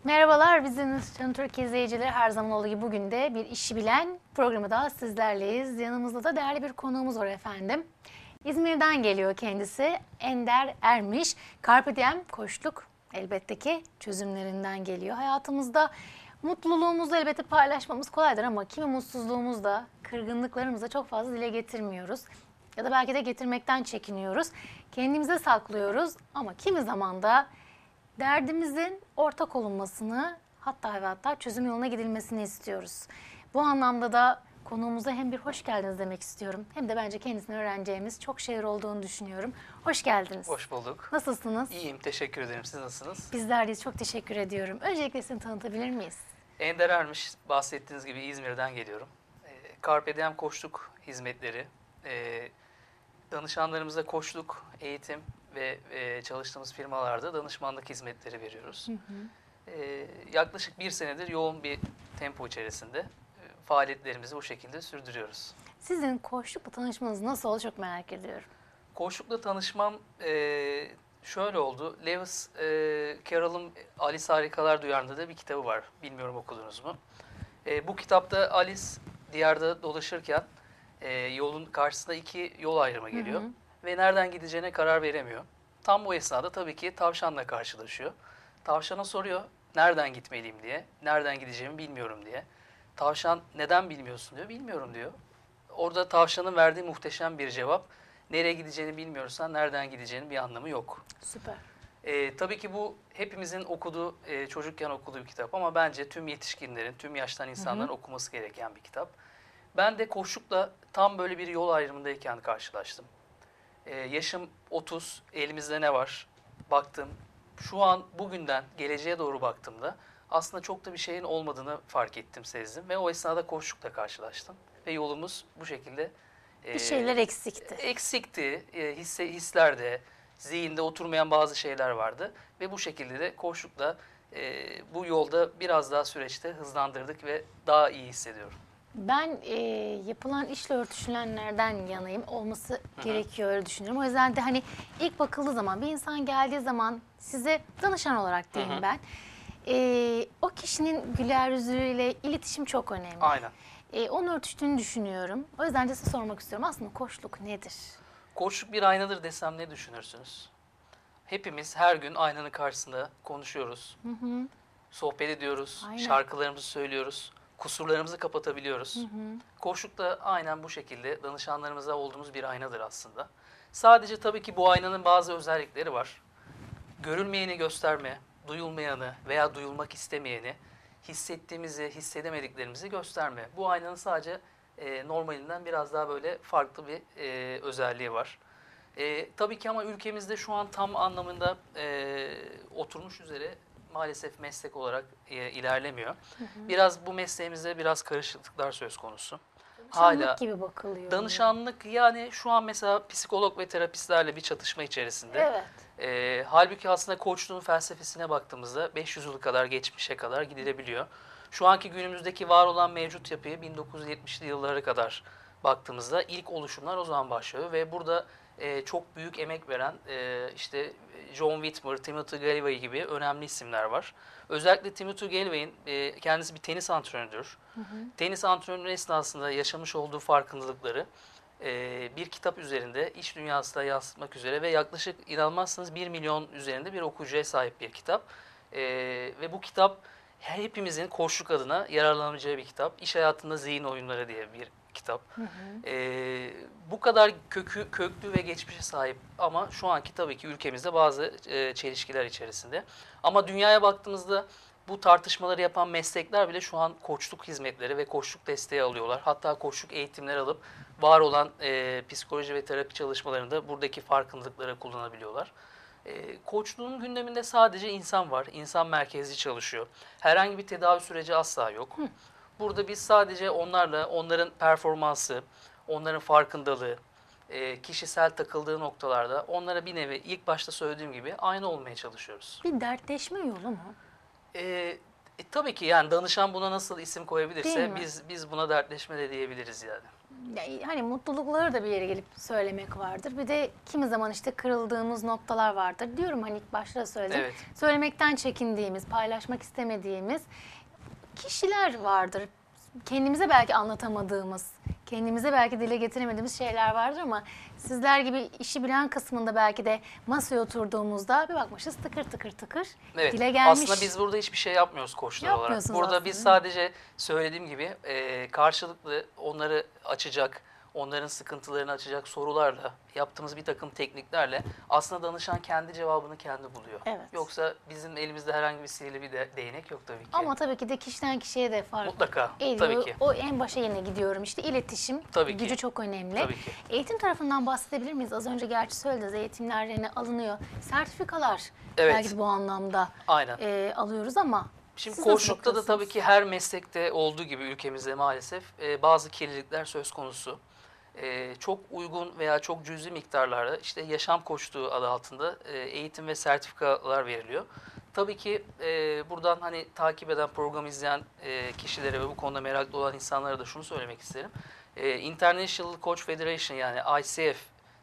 Merhabalar, bizim Türkiye izleyicileri, her zaman olduğu gibi bugün de bir işi bilen programı daha sizlerleyiz. Yanımızda da değerli bir konuğumuz var efendim. İzmir'den geliyor kendisi, Ender Ermiş. Carpe Diem koçluk elbette ki çözümlerinden geliyor. Hayatımızda mutluluğumuzu elbette paylaşmamız kolaydır ama kimi mutsuzluğumuzda, kırgınlıklarımızda çok fazla dile getirmiyoruz. Ya da belki de getirmekten çekiniyoruz. Kendimize saklıyoruz ama kimi zaman da derdimizin ortak olunmasını, hatta ve hatta çözüm yoluna gidilmesini istiyoruz. Bu anlamda da konuğumuza hem bir hoş geldiniz demek istiyorum, hem de bence kendisinden öğreneceğimiz çok şeyler olduğunu düşünüyorum. Hoş geldiniz. Hoş bulduk. Nasılsınız? İyiyim, teşekkür ederim. Siz nasılsınız? Bizler de çok teşekkür ediyorum. Öncelikle seni tanıtabilir miyiz? Ender Ermiş, bahsettiğiniz gibi İzmir'den geliyorum. Carpe Diem koçluk hizmetleri, danışanlarımıza koçluk, eğitim ve çalıştığımız firmalarda danışmanlık hizmetleri veriyoruz. Yaklaşık bir senedir yoğun bir tempo içerisinde faaliyetlerimizi bu şekilde sürdürüyoruz. Sizin koçlukla tanışmanız nasıl oldu çok merak ediyorum. Koçlukla tanışmam şöyle oldu. Lewis Carroll'ın Alice Harikalar Diyarı'nda da bir kitabı var. Bilmiyorum okudunuz mu? Bu kitapta Alice diyarda dolaşırken yolun karşısında iki yol ayrımı geliyor. Ve nereden gideceğine karar veremiyor. Tam bu esnada tabii ki tavşanla karşılaşıyor. Tavşana soruyor nereden gitmeliyim diye. Nereden gideceğimi bilmiyorum diye. Tavşan neden bilmiyorsun diyor. Bilmiyorum diyor. Orada tavşanın verdiği muhteşem bir cevap. Nereye gideceğini bilmiyorsan nereden gideceğinin bir anlamı yok. Süper. Tabii ki bu hepimizin okuduğu, çocukken okuduğu bir kitap ama bence tüm yetişkinlerin, tüm yaştan insanların okuması gereken bir kitap. Ben de koçlukla tam böyle bir yol ayrımındayken karşılaştım. Yaşım 30, elimizde ne var? Baktım, şu an bugünden geleceğe doğru baktığımda aslında çok da bir şeyin olmadığını fark ettim, sezdim. Ve o esnada koçlukla karşılaştım. Ve yolumuz bu şekilde Bir şeyler eksikti. Eksikti, hislerde, zihinde oturmayan bazı şeyler vardı. Ve bu şekilde de koçlukla bu yolda biraz daha süreçte hızlandırdık ve daha iyi hissediyorum. Ben yapılan işle örtüşülenlerden yanayım. Olması gerekiyor, öyle düşünüyorum. O yüzden de hani ilk bakıldığı zaman, bir insan geldiği zaman size danışan olarak diyeyim ben. O kişinin güler yüzüyle iletişim çok önemli. Aynen. Onun örtüştüğünü düşünüyorum. O yüzden de size sormak istiyorum. Aslında koçluk nedir? Koçluk bir aynadır desem ne düşünürsünüz? Hepimiz her gün aynanın karşısında konuşuyoruz. Sohbet ediyoruz, Aynen. şarkılarımızı söylüyoruz, kusurlarımızı kapatabiliyoruz. Koçluk da aynen bu şekilde danışanlarımıza olduğumuz bir aynadır aslında. Sadece tabii ki bu aynanın bazı özellikleri var. Görülmeyeni gösterme, duyulmayanı veya duyulmak istemeyeni, hissettiğimizi, hissedemediklerimizi gösterme. Bu aynanın sadece normalinden biraz daha böyle farklı bir özelliği var. Tabii ki ama ülkemizde şu an tam anlamında oturmuş üzere maalesef meslek olarak ilerlemiyor. Biraz bu mesleğimizde biraz karışıklıklar söz konusu. Danışanlık gibi bakılıyor. Danışanlık, yani şu an mesela psikolog ve terapistlerle bir çatışma içerisinde. Evet. Halbuki aslında koçluğun felsefesine baktığımızda 500 yıl kadar geçmişe kadar gidilebiliyor. Şu anki günümüzdeki var olan mevcut yapıyı 1970'li yıllara kadar baktığımızda ilk oluşumlar o zaman başlıyor ve burada çok büyük emek veren işte John Whitmer, Timothy Gallwey gibi önemli isimler var. Özellikle Timothy Gallwey'in kendisi bir tenis antrenörüdür. Tenis antrenörü esnasında yaşamış olduğu farkındalıkları bir kitap üzerinde iç dünyasına yansıtmak üzere ve yaklaşık inanmazsınız 1 milyon üzerinde bir okuyucuya sahip bir kitap. Ve bu kitap hepimizin koçluk adına yararlanabileceği bir kitap. İş hayatında zihin oyunları diye bir kitap. Bu kadar köklü ve geçmişe sahip ama şu anki tabii ki ülkemizde bazı çelişkiler içerisinde. Ama dünyaya baktığımızda bu tartışmaları yapan meslekler bile şu an koçluk hizmetleri ve koçluk desteği alıyorlar. Hatta koçluk eğitimleri alıp var olan psikoloji ve terapi çalışmalarında buradaki farkındalıkları kullanabiliyorlar. Koçluğun gündeminde sadece insan var. İnsan merkezli çalışıyor. Herhangi bir tedavi süreci asla yok. Burada biz sadece onlarla, onların performansı, onların farkındalığı, kişisel takıldığı noktalarda onlara bir nevi ilk başta söylediğim gibi aynı olmaya çalışıyoruz. Bir dertleşme yolu mu? Tabii ki yani danışan buna nasıl isim Değil koyabilirse mi? biz buna dertleşme de diyebiliriz yani. Ya, hani mutlulukları da bir yere gelip söylemek vardır. Bir de kimi zaman işte kırıldığımız noktalar vardır. Diyorum hani ilk başta da söyledim. Evet. Söylemekten çekindiğimiz, paylaşmak istemediğimiz kişiler vardır. Kendimize belki anlatamadığımız, kendimize belki dile getiremediğimiz şeyler vardır ama sizler gibi işi bilen kısmında belki de masaya oturduğumuzda bir bakmışız tıkır tıkır tıkır Evet. dile gelmiş. Aslında biz burada hiçbir şey yapmıyoruz koçlar olarak. Yapmıyorsunuz Burada aslında, biz değil mi? sadece söylediğim gibi karşılıklı onları açacak, onların sıkıntılarını açacak sorularla, yaptığımız bir takım tekniklerle aslında danışan kendi cevabını kendi buluyor. Evet. Yoksa bizim elimizde herhangi bir sihirli bir değnek yok tabii ki. Ama tabii ki de kişiden kişiye de fark Mutlaka, ediyor. tabii ki. O en başa yine gidiyorum. İşte iletişim Tabii ki. gücü çok önemli. Tabii ki. Eğitim tarafından bahsedebilir miyiz? Az önce gerçi söylediniz, eğitimler yine alınıyor. Sertifikalar Evet. belki de bu anlamda Aynen. alıyoruz ama Şimdi siz nasıl koçlukta da tabii bakıyorsunuz? ki her meslekte olduğu gibi ülkemizde maalesef bazı kirlilikler söz konusu. Çok uygun veya çok cüzi miktarlarda işte yaşam koçluğu adı altında eğitim ve sertifikalar veriliyor. Tabii ki buradan hani takip eden, programı izleyen kişilere ve bu konuda meraklı olan insanlara da şunu söylemek isterim. International Coach Federation yani ICF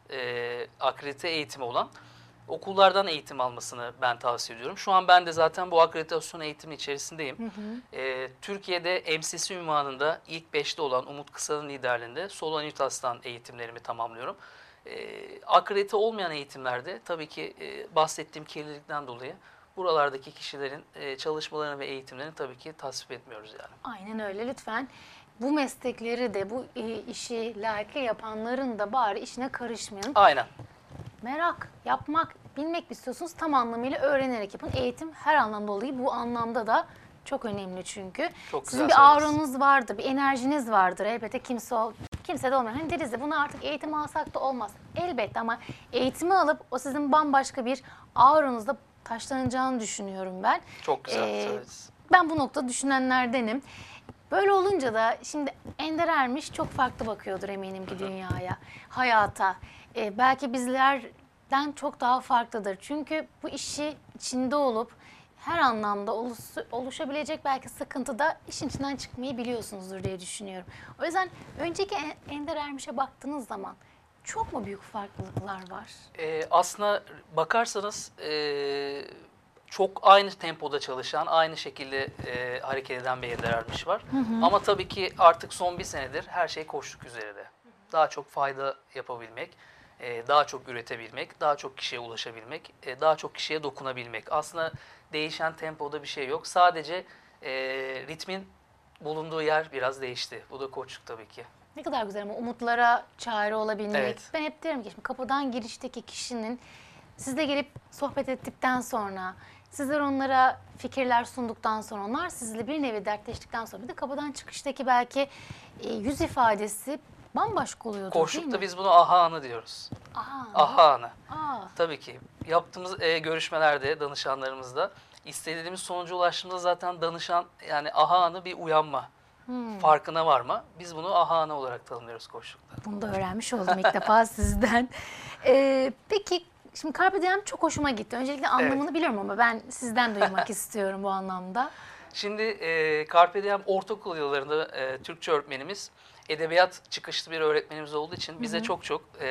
akredite eğitimi olan okullardan eğitim almasını ben tavsiye ediyorum. Şu an ben de zaten bu akreditasyon eğitimi içerisindeyim. Türkiye'de MCC ünvanında ilk 5'te olan Umut Kısal'ın liderliğinde Solonitas'tan eğitimlerimi tamamlıyorum. Akredite olmayan eğitimlerde tabii ki bahsettiğim kirlilikten dolayı buralardaki kişilerin çalışmalarını ve eğitimlerini tabii ki tasvip etmiyoruz yani. Aynen öyle. Lütfen bu meslekleri de bu işi layıkıyla yapanların da bari işine karışmayın. Aynen. Merak, yapmak, bilmek istiyorsunuz tam anlamıyla öğrenerek yapın. Eğitim her anlamda oluyor. Bu anlamda da çok önemli çünkü. Çok Sizin güzel bir söylediniz. auranız vardır, bir enerjiniz vardır. Elbette kimse de olmuyor. Hani deriz de bunu artık eğitim alsak da olmaz. Elbette ama eğitimi alıp o sizin bambaşka bir auranızda taşlanacağını düşünüyorum ben. Çok güzel söylediniz. Ben bu noktada düşünenlerdenim. Böyle olunca da şimdi Ender Ermiş çok farklı bakıyordur eminim ki dünyaya, hayata. Belki bizlerden çok daha farklıdır. Çünkü bu işi içinde olup her anlamda oluşabilecek belki sıkıntıda işin içinden çıkmayı biliyorsunuzdur diye düşünüyorum. O yüzden önceki Ender Ermiş'e baktığınız zaman çok mu büyük farklılıklar var? Aslına bakarsanız çok aynı tempoda çalışan, aynı şekilde hareket eden bir Ender Ermiş var. Ama tabii ki artık son bir senedir her şey koçluk üzerinde. Daha çok fayda yapabilmek, daha çok üretebilmek, daha çok kişiye ulaşabilmek, daha çok kişiye dokunabilmek. Aslında değişen tempoda bir şey yok. Sadece ritmin bulunduğu yer biraz değişti. Bu da koçluk tabii ki. Ne kadar güzel ama umutlara çare olabilmek. Evet. Ben hep derim ki şimdi kapıdan girişteki kişinin sizle gelip sohbet ettikten sonra, sizler onlara fikirler sunduktan sonra, onlar sizinle bir nevi dertleştikten sonra bir de kapıdan çıkıştaki belki yüz ifadesi bambaşka oluyordur değil Koçlukta mi? biz bunu aha anı diyoruz. Aha. Aha anı. Aa. Tabii ki. Yaptığımız görüşmelerde danışanlarımızla istediğimiz sonuca ulaştığımızda zaten danışan yani aha anı bir uyanma. Farkına varma. Biz bunu aha anı olarak tanımlıyoruz koçlukta. Bunu da öğrenmiş oldum ilk defa sizden. Peki şimdi Carpe Diem çok hoşuma gitti. Öncelikle anlamını biliyorum ama ben sizden duymak istiyorum bu anlamda. Şimdi Carpe Diem ortaokul yıllarında Türkçe öğretmenimiz edebiyat çıkışlı bir öğretmenimiz olduğu için bize çok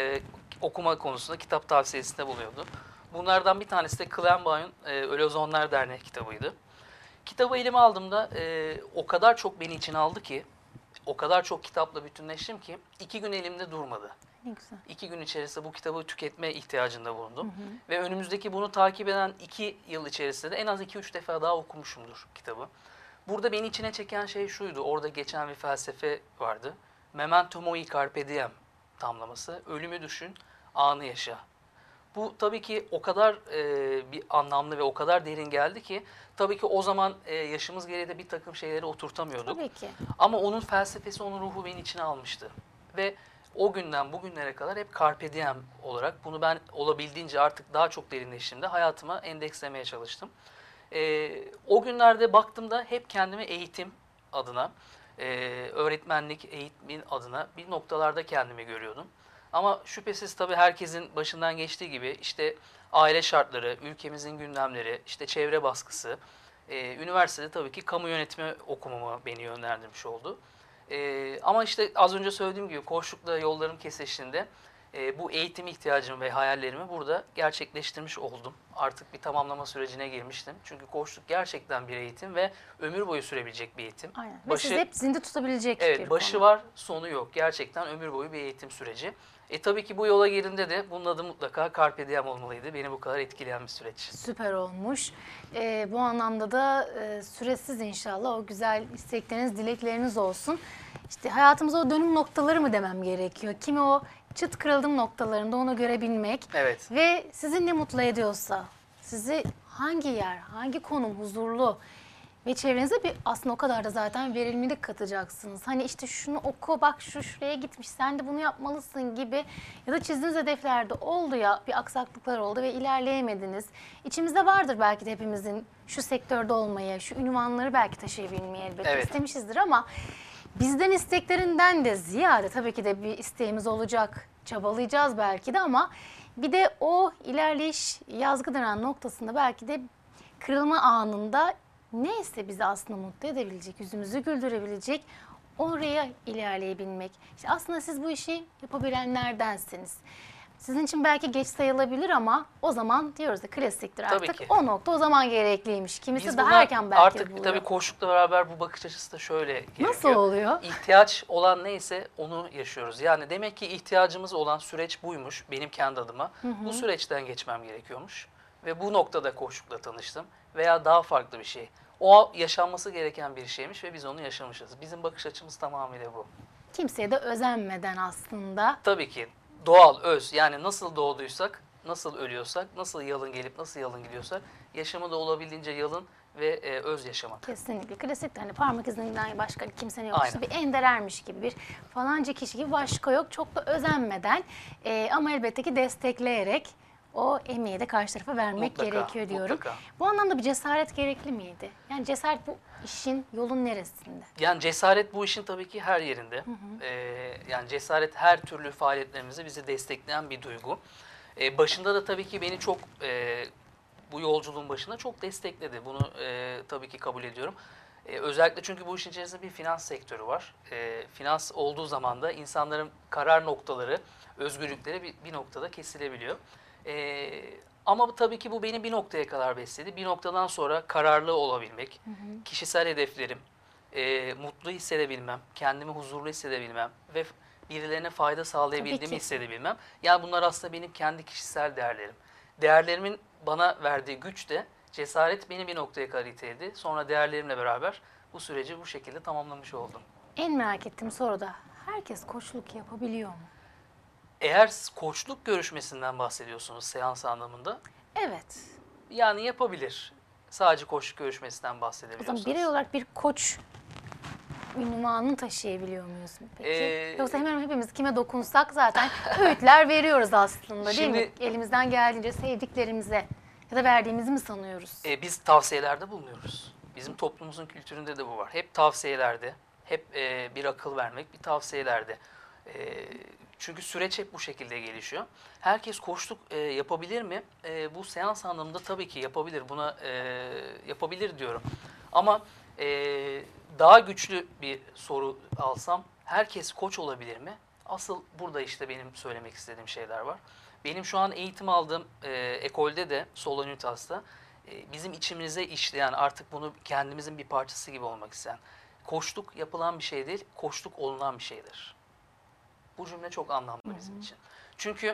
okuma konusunda kitap tavsiyesinde buluyordu. Bunlardan bir tanesi de Clem Bay'ın Öyle Ozanlar Derneği kitabıydı. Kitabı elime aldığımda o kadar çok beni içine aldı ki, o kadar çok kitapla bütünleştim ki 2 gün elimde durmadı. Ne güzel. 2 gün içerisinde bu kitabı tüketme ihtiyacında bulundum. Ve önümüzdeki bunu takip eden 2 yıl içerisinde de en az 2-3 defa daha okumuşumdur kitabı. Burada beni içine çeken şey şuydu, orada geçen bir felsefe vardı. Memento mori carpe diem tamlaması, ölümü düşün, anı yaşa. Bu tabii ki o kadar bir anlamlı ve o kadar derin geldi ki tabii ki o zaman yaşımız gereği de bir takım şeyleri oturtamıyorduk. Tabii ki. Ama onun felsefesi, onun ruhu beni içine almıştı. Ve o günden bugünlere kadar hep carpe diem olarak bunu ben olabildiğince artık daha çok derinleştiğimde hayatıma endekslemeye çalıştım. O günlerde baktığımda hep kendimi eğitim adına, öğretmenlik, eğitimin adına bir noktalarda kendimi görüyordum. Ama şüphesiz tabii herkesin başından geçtiği gibi işte aile şartları, ülkemizin gündemleri, işte çevre baskısı, Üniversitede tabii ki kamu yönetimi okumama beni yönlendirmiş oldu. Ama işte az önce söylediğim gibi koçlukla yollarım kesiştiğinde bu eğitim ihtiyacımı ve hayallerimi burada gerçekleştirmiş oldum. Artık bir tamamlama sürecine girmiştim. Çünkü koçluk gerçekten bir eğitim ve ömür boyu sürebilecek bir eğitim. Aynen. Ve sizi hep zinde tutabilecek bir Evet, başı konu. var, sonu yok. Gerçekten ömür boyu bir eğitim süreci. Tabii ki bu yola girdiğimde de bunun adı mutlaka Carpe Diem olmalıydı. Beni bu kadar etkileyen bir süreç. Süper olmuş. Bu anlamda da süresiz inşallah o güzel istekleriniz, dilekleriniz olsun. İşte hayatımıza o dönüm noktaları mı demem gerekiyor? Kimi o çıt kırıldım noktalarında onu görebilmek. Evet. Ve sizi ne mutlu ediyorsa, sizi hangi yer, hangi konum huzurlu ve çevrenize bir aslında o kadar da zaten verimlilik katacaksınız. Hani işte şunu oku, bak şu şuraya gitmiş, sen de bunu yapmalısın gibi ya da çizdiğiniz hedeflerde oldu ya bir aksaklıklar oldu ve ilerleyemediniz. İçimizde vardır belki de hepimizin şu sektörde olmayı, şu ünvanları belki taşıyabilmeyi elbette Evet. istemişizdir ama bizden isteklerinden de ziyade tabii ki de bir isteğimiz olacak, çabalayacağız belki de ama bir de o ilerleyiş yazgı dönen noktasında belki de kırılma anında neyse bizi aslında mutlu edebilecek, yüzümüzü güldürebilecek oraya ilerleyebilmek. İşte aslında siz bu işi yapabilenlerdensiniz. Sizin için belki geç sayılabilir ama o zaman diyoruz da klasiktir Tabii artık. ki. O nokta o zaman gerekliymiş. Kimisi Biz daha buna erken belki artık buluyor. tabii koçlukla beraber bu bakış açısı da şöyle gerekiyor. Nasıl oluyor? İhtiyaç olan neyse onu yaşıyoruz. Yani demek ki ihtiyacımız olan süreç buymuş benim kendi adıma. Bu süreçten geçmem gerekiyormuş. Ve bu noktada koçlukla tanıştım. Veya daha farklı bir şey. O yaşanması gereken bir şeymiş ve biz onu yaşamışız. Bizim bakış açımız tamamıyla bu. Kimseye de özenmeden aslında. Tabii ki doğal, öz, yani nasıl doğduysak, nasıl ölüyorsak, nasıl yalın gelip nasıl yalın gidiyorsak yaşamı da olabildiğince yalın ve öz yaşamak. Kesinlikle. Klasikte hani parmak izinden başka kimsenin yok. Aynen. İşte bir ender ermiş gibi bir falanca kişi gibi başka yok. Çok da özenmeden ama elbette ki destekleyerek o emeği de karşı tarafa vermek Mutlaka, gerekiyor diyorum. mutlaka. Bu anlamda bir cesaret gerekli miydi? Yani cesaret bu işin yolun neresinde? Yani cesaret bu işin tabii ki her yerinde. Yani cesaret her türlü faaliyetlerimizi bizi destekleyen bir duygu. Başında da tabii ki beni çok bu yolculuğun başında çok destekledi. Bunu tabii ki kabul ediyorum. Özellikle çünkü bu işin içerisinde bir finans sektörü var. Finans olduğu zaman da insanların karar noktaları, özgürlükleri bir noktada kesilebiliyor. Ama tabii ki bu beni bir noktaya kadar besledi. Bir noktadan sonra kararlı olabilmek, kişisel hedeflerim, mutlu hissedebilmem, kendimi huzurlu hissedebilmem ve birilerine fayda sağlayabildiğimi Tabii ki. hissedebilmem. Yani bunlar aslında benim kendi kişisel değerlerim. Değerlerimin bana verdiği güç de cesaret beni bir noktaya kadar iteledi. Sonra değerlerimle beraber bu süreci bu şekilde tamamlamış oldum. En merak ettiğim soru da herkes koçluk yapabiliyor mu? Eğer koçluk görüşmesinden bahsediyorsunuz seans anlamında, Evet. yani yapabilir. Sadece koçluk görüşmesinden O zaman bahsedebiliyorsunuz. birey olarak bir koç ünvanını taşıyabiliyor muyuz peki? Yoksa hemen hepimiz kime dokunsak zaten öğütler veriyoruz aslında değil mi? Şimdi- Elimizden geldiğince sevdiklerimize ya da verdiğimizi mi sanıyoruz? Biz tavsiyelerde bulunuyoruz. Bizim toplumumuzun kültüründe de bu var. Hep tavsiyelerde, hep bir akıl vermek, bir tavsiyelerde. Çünkü süreç hep bu şekilde gelişiyor. Herkes koçluk yapabilir mi? Bu seans anlamında tabii ki yapabilir. Buna yapabilir diyorum. Ama daha güçlü bir soru alsam, herkes koç olabilir mi? Asıl burada işte benim söylemek istediğim şeyler var. Benim şu an eğitim aldığım ekolde de Solonitas'ta bizim içimize işleyen, artık bunu kendimizin bir parçası gibi olmak isteyen, koçluk yapılan bir şey değil, koçluk olunan bir şeydir. Bu cümle çok anlamlı bizim için. Çünkü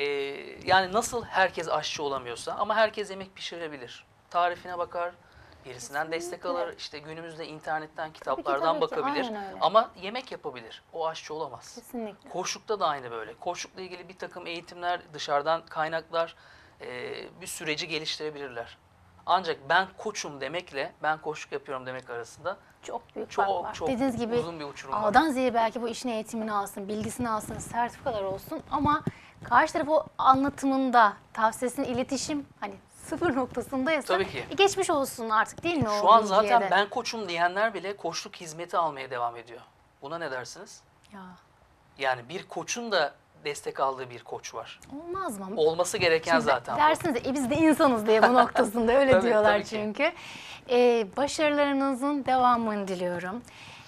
yani nasıl herkes aşçı olamıyorsa ama herkes yemek pişirebilir. Tarifine bakar, birisinden destek alır, işte günümüzde internetten, kitaplardan tabii ki. bakabilir. Aynen öyle. Ama yemek yapabilir. O aşçı olamaz. Kesinlikle. Koçlukta da aynı böyle. Koçlukla ilgili bir takım eğitimler, dışarıdan kaynaklar bir süreci geliştirebilirler. Ancak ben koçum demekle ben koçluk yapıyorum demek arasında Çok büyük fark var. çok Dediğiniz gibi uzun bir uçurum var. A'dan Z'ye belki bu işin eğitimini alsın, bilgisini alsın, sertifikalar olsun ama karşı taraf o anlatımında, tavsiyesinin iletişim hani sıfır noktasındaysa Tabii ki. geçmiş olsun artık değil mi o Şu an bilgiye zaten de? ben koçum diyenler bile koçluk hizmeti almaya devam ediyor. Buna ne dersiniz? Ya, Yani bir koçun da destek aldığı bir koç var. Olmaz mı? Olması gereken Şimdi zaten bu. dersiniz biz de insanız diye bu noktasında öyle Tabii, diyorlar tabii ki. çünkü. Başarılarınızın devamını diliyorum.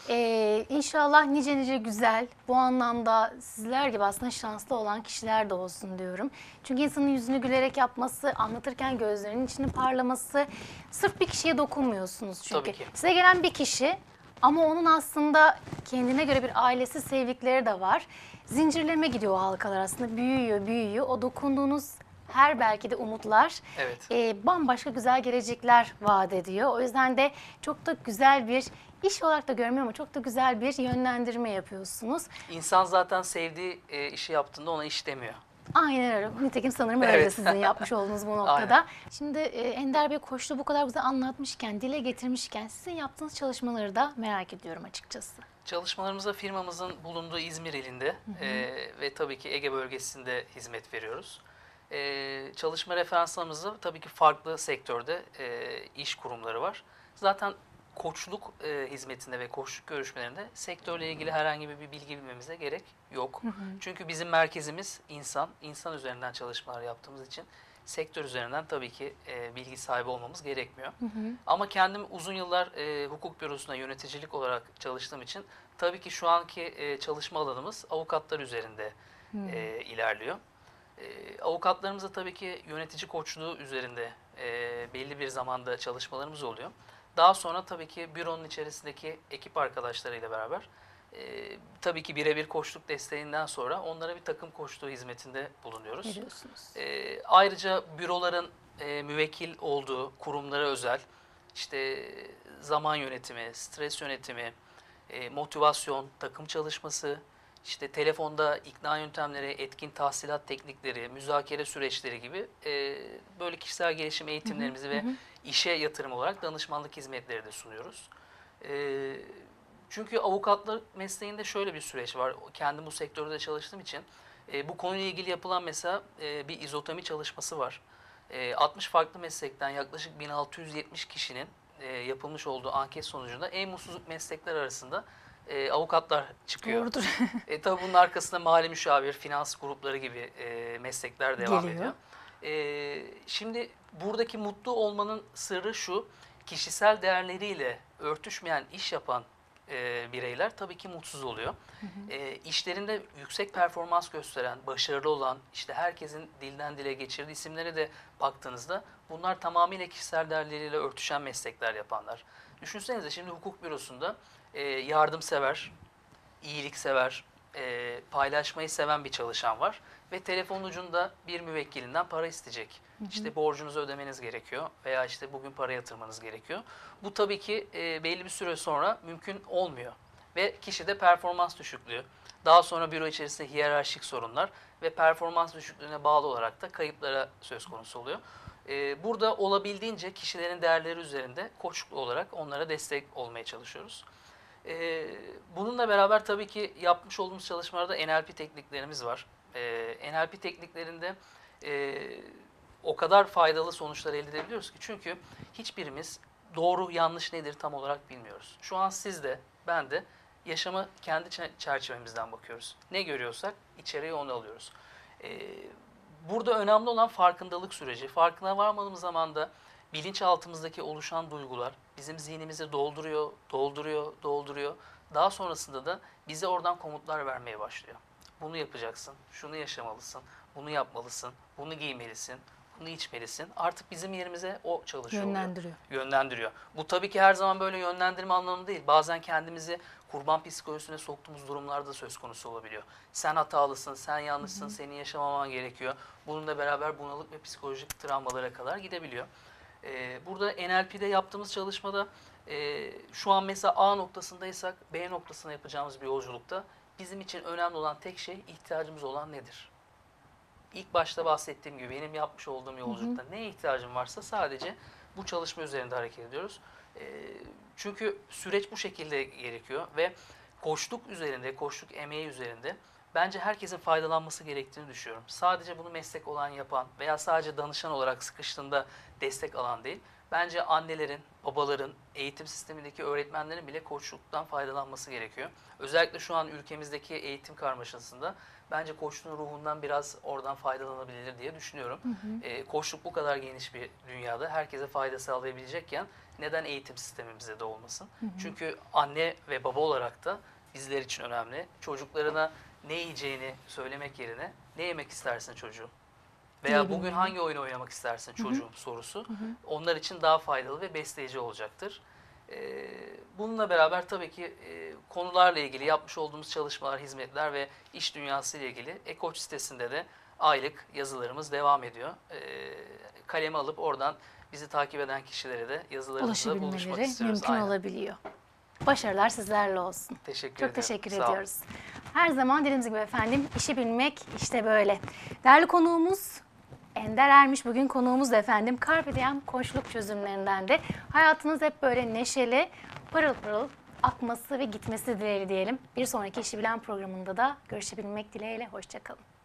İnşallah nice nice güzel, bu anlamda sizler gibi aslında şanslı olan kişiler de olsun diyorum. Çünkü insanın yüzünü gülerek yapması, anlatırken gözlerinin içinin parlaması, sırf bir kişiye dokunmuyorsunuz çünkü. Tabii ki. Size gelen bir kişi ama onun aslında kendine göre bir ailesi, sevdikleri de var. Zincirleme gidiyor o halkalar aslında, büyüyor, büyüyor. O dokunduğunuz her belki de umutlar Evet. bambaşka güzel gelecekler vaat ediyor. O yüzden de çok da güzel bir iş olarak da görmüyorum ama çok da güzel bir yönlendirme yapıyorsunuz. İnsan zaten sevdiği işi yaptığında ona iş demiyor. Aynen öyle. Nitekim sanırım öyle Evet. sizin yapmış olduğunuz bu noktada. Aynen. Şimdi Ender Bey koçluğu bu kadar güzel anlatmışken, dile getirmişken sizin yaptığınız çalışmaları da merak ediyorum açıkçası. Çalışmalarımıza firmamızın bulunduğu İzmir ilinde ve tabii ki Ege bölgesinde hizmet veriyoruz. Çalışma referanslarımızda tabii ki farklı sektörde iş kurumları var. Zaten koçluk hizmetinde ve koçluk görüşmelerinde sektörle ilgili herhangi bir bilgi bilmemize gerek yok. Çünkü bizim merkezimiz insan, insan üzerinden çalışmalar yaptığımız için sektör üzerinden tabii ki bilgi sahibi olmamız gerekmiyor. Ama kendim uzun yıllar hukuk bürosunda yöneticilik olarak çalıştığım için tabii ki şu anki çalışma alanımız avukatlar üzerinde ilerliyor. Avukatlarımızla tabii ki yönetici koçluğu üzerinde belli bir zamanda çalışmalarımız oluyor. Daha sonra tabii ki büronun içerisindeki ekip arkadaşlarıyla beraber tabii ki birebir koçluk desteğinden sonra onlara bir takım koçluğu hizmetinde bulunuyoruz. Veriyorsunuz. Ayrıca büroların müvekkil olduğu kurumlara özel işte zaman yönetimi, stres yönetimi, motivasyon, takım çalışması, işte telefonda ikna yöntemleri, etkin tahsilat teknikleri, müzakere süreçleri gibi böyle kişisel gelişim eğitimlerimizi ve işe yatırım olarak danışmanlık hizmetleri de sunuyoruz. Çünkü avukatlık mesleğinde şöyle bir süreç var. Kendim bu sektörde de çalıştığım için bu konuyla ilgili yapılan mesela bir izotomi çalışması var. 60 farklı meslekten yaklaşık 1670 kişinin yapılmış olduğu anket sonucunda en mutsuz meslekler arasında avukatlar çıkıyor. Doğrudur. Tabii bunun arkasında mali müşavir, finans grupları gibi meslekler devam Geliyor. ediyor. Şimdi buradaki mutlu olmanın sırrı şu, kişisel değerleriyle örtüşmeyen iş yapan bireyler tabii ki mutsuz oluyor. İşlerinde yüksek performans gösteren, başarılı olan, işte herkesin dilden dile geçirdiği isimlere de baktığınızda bunlar tamamıyla kişisel değerleriyle örtüşen meslekler yapanlar. Düşünsenize şimdi hukuk bürosunda yardımsever, iyiliksever, paylaşmayı seven bir çalışan var ve telefon ucunda bir müvekkilinden para isteyecek. İşte borcunuzu ödemeniz gerekiyor veya işte bugün para yatırmanız gerekiyor. Bu tabii ki belli bir süre sonra mümkün olmuyor ve kişide performans düşüklüğü, daha sonra büro içerisinde hiyerarşik sorunlar ve performans düşüklüğüne bağlı olarak da kayıplara söz konusu oluyor. Burada olabildiğince kişilerin değerleri üzerinde koçluk olarak onlara destek olmaya çalışıyoruz. Bununla beraber tabii ki yapmış olduğumuz çalışmalarda NLP tekniklerimiz var. NLP tekniklerinde o kadar faydalı sonuçlar elde edebiliyoruz ki çünkü hiçbirimiz doğru yanlış nedir tam olarak bilmiyoruz. Şu an siz de ben de yaşama kendi çerçevemizden bakıyoruz. Ne görüyorsak içeriye onu alıyoruz. Burada önemli olan farkındalık süreci. Farkına varmadığımız zaman da bilinçaltımızdaki oluşan duygular bizim zihnimizi dolduruyor, dolduruyor, dolduruyor. Daha sonrasında da bize oradan komutlar vermeye başlıyor. Bunu yapacaksın, şunu yaşamalısın, bunu yapmalısın, bunu giymelisin, bunu içmelisin. Artık bizim yerimize o çalışıyor. Yönlendiriyor. Yönlendiriyor. Bu tabii ki her zaman böyle yönlendirme anlamında değil. Bazen kendimizi kurban psikolojisine soktuğumuz durumlarda söz konusu olabiliyor. Sen hatalısın, sen yanlışsın, senin yaşamaman gerekiyor. Bununla beraber bunalık ve psikolojik travmalara kadar gidebiliyor. Burada NLP'de yaptığımız çalışmada şu an mesela A noktasındaysak B noktasına yapacağımız bir yolculukta bizim için önemli olan tek şey ihtiyacımız olan nedir? İlk başta bahsettiğim gibi benim yapmış olduğum yolculukta neye ihtiyacım varsa sadece bu çalışma üzerinde hareket ediyoruz. Çünkü süreç bu şekilde gerekiyor ve koçluk üzerinde, koçluk emeği üzerinde bence herkesin faydalanması gerektiğini düşünüyorum. Sadece bunu meslek olan yapan veya sadece danışan olarak sıkıştığında destek alan değil. Bence annelerin, babaların, eğitim sistemindeki öğretmenlerin bile koçluktan faydalanması gerekiyor. Özellikle şu an ülkemizdeki eğitim karmaşasında bence koçluğun ruhundan biraz oradan faydalanabilir diye düşünüyorum. Koçluk bu kadar geniş bir dünyada herkese fayda sağlayabilecekken neden eğitim sistemimize de olmasın? Çünkü anne ve baba olarak da bizler için önemli. Çocuklarına ne yiyeceğini söylemek yerine ne yemek istersin çocuğum? Veya bugün hangi oyun oynamak istersin çocuğum sorusu onlar için daha faydalı ve besleyici olacaktır. Bununla beraber tabii ki konularla ilgili yapmış olduğumuz çalışmalar, hizmetler ve iş dünyası ile ilgili e-Koç sitesinde de aylık yazılarımız devam ediyor. Kaleme alıp oradan bizi takip eden kişilere de yazılarımızla buluşmak Ulaşabilmeleri istiyoruz. mümkün Aynen. olabiliyor. Başarılar sizlerle olsun. Teşekkür Çok ediyorum. teşekkür Sağ olun. ediyoruz. Her zaman dediğimiz gibi efendim, işi bilmek işte böyle. Değerli konuğumuz Ender Ermiş bugün konuğumuz da efendim. Carpe Diem koçluk çözümlerinden de hayatınız hep böyle neşeli, pırıl pırıl akması ve gitmesi dileğiyle diyelim. Bir sonraki işi bilen programında da görüşebilmek dileğiyle. Hoşça kalın.